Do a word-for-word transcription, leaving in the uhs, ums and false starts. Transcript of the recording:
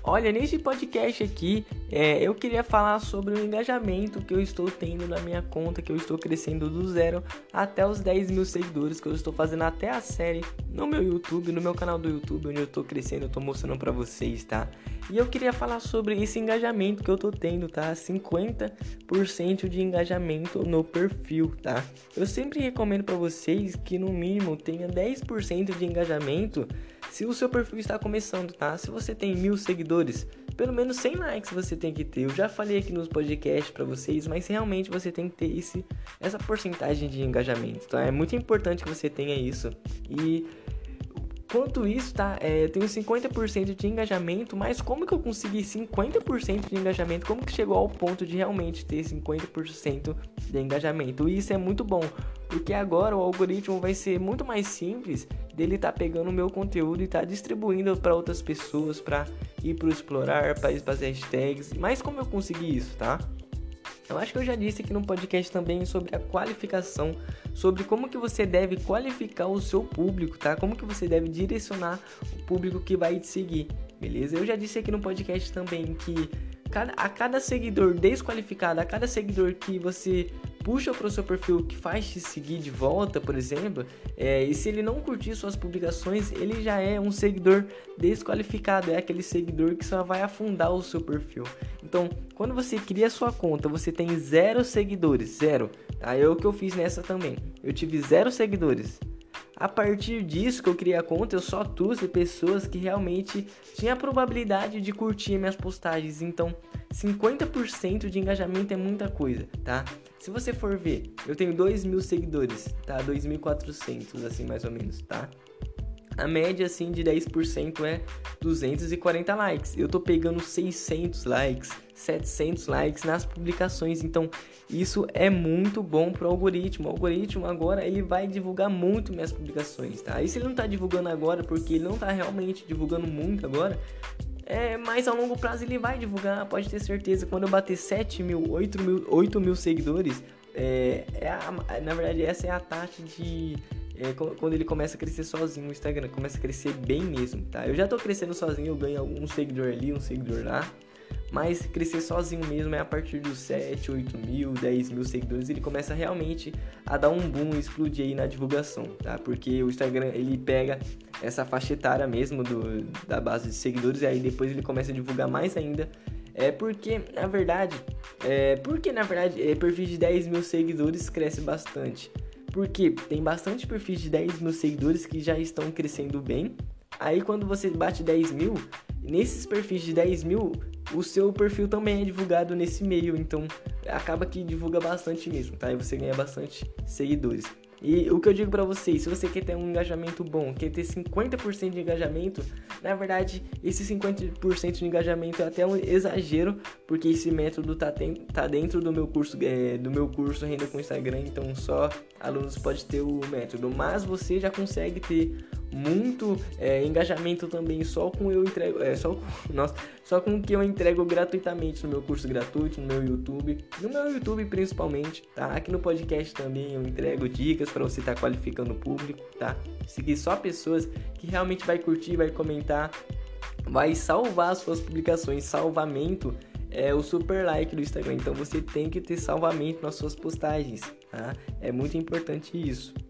Olha, nesse podcast aqui, é, eu queria falar sobre o engajamento que eu estou tendo na minha conta, que eu estou crescendo do zero até os dez mil seguidores, que eu estou fazendo até a série no meu YouTube, no meu canal do YouTube, onde eu estou crescendo, eu estou mostrando pra vocês, tá? E eu queria falar sobre esse engajamento que eu tô tendo, tá? cinquenta por cento de engajamento no perfil, tá? Eu sempre recomendo pra vocês que no mínimo tenha dez por cento de engajamento se o seu perfil está começando, tá? Se você tem mil seguidores, pelo menos cem likes você tem que ter. Eu já falei aqui nos podcasts pra vocês, mas realmente você tem que ter esse, essa porcentagem de engajamento, tá? É muito importante que você tenha isso. E quanto isso, tá? É, eu tenho cinquenta por cento de engajamento, mas como que eu consegui cinquenta por cento de engajamento? Como que chegou ao ponto de realmente ter cinquenta por cento de engajamento? E isso é muito bom, porque agora o algoritmo vai ser muito mais simples dele tá pegando o meu conteúdo e tá distribuindo para outras pessoas, para ir pro explorar, para ir para as hashtags. Mas como eu consegui isso, tá? Eu acho que eu já disse aqui no podcast também sobre a qualificação, sobre como que você deve qualificar o seu público, tá? Como que você deve direcionar o público que vai te seguir, beleza? Eu já disse aqui no podcast também que cada, a cada seguidor desqualificado, a cada seguidor que você puxa para o seu perfil, que faz te seguir de volta, por exemplo, é, e se ele não curtir suas publicações, ele já é um seguidor desqualificado, é aquele seguidor que só vai afundar o seu perfil. Então, quando você cria a sua conta, você tem zero seguidores, zero, tá? É o que eu fiz nessa também, eu tive zero seguidores. A partir disso que eu criei a conta, eu só trouxe pessoas que realmente tinham a probabilidade de curtir minhas postagens. Então, cinquenta por cento de engajamento é muita coisa, tá? Se você for ver, eu tenho dois mil seguidores, tá? dois mil e quatrocentos, assim, mais ou menos, tá? A média, assim, de dez por cento é duzentos e quarenta likes. Eu tô pegando seiscentos likes, setecentos likes nas publicações. Então, isso é muito bom pro algoritmo. O algoritmo agora, ele vai divulgar muito minhas publicações, tá? E se ele não tá divulgando agora, porque ele não tá realmente divulgando muito agora, é, mas a longo prazo ele vai divulgar, pode ter certeza. Quando eu bater sete mil, oito mil, oito mil seguidores, é, é a, na verdade essa é a taxa de... É, quando ele começa a crescer sozinho, o Instagram começa a crescer bem mesmo, tá? Eu já tô crescendo sozinho, eu ganho um seguidor ali, um seguidor lá, mas crescer sozinho mesmo é a partir dos sete, oito mil, dez mil seguidores, ele começa realmente a dar um boom e explodir aí na divulgação, tá? Porque o Instagram, ele pega essa faixa etária mesmo do, da base de seguidores e aí depois ele começa a divulgar mais ainda. É porque, na verdade, é porque, na verdade, é, perfil de dez mil seguidores cresce bastante. Porque tem bastante perfis de dez mil seguidores que já estão crescendo bem. Aí quando você bate dez mil, nesses perfis de dez mil, o seu perfil também é divulgado nesse meio. Então acaba que divulga bastante mesmo, tá? E você ganha bastante seguidores. E o que eu digo pra vocês, se você quer ter um engajamento bom, quer ter cinquenta por cento de engajamento, na verdade, esse cinquenta por cento de engajamento é até um exagero, porque esse método tá, tem, tá dentro do meu curso, é, do meu curso Renda com Instagram, então só alunos podem ter o método, mas você já consegue ter muito é, engajamento também só com eu entrego, é, só, nossa, só com o que eu entrego gratuitamente no meu curso gratuito, no meu YouTube, no meu YouTube principalmente, tá? Aqui no podcast também eu entrego dicas para você estar tá qualificando o público, tá? Seguir só pessoas que realmente vai curtir, vai comentar, vai salvar as suas publicações. Salvamento é o super like do Instagram, então você tem que ter salvamento nas suas postagens, tá? É muito importante isso.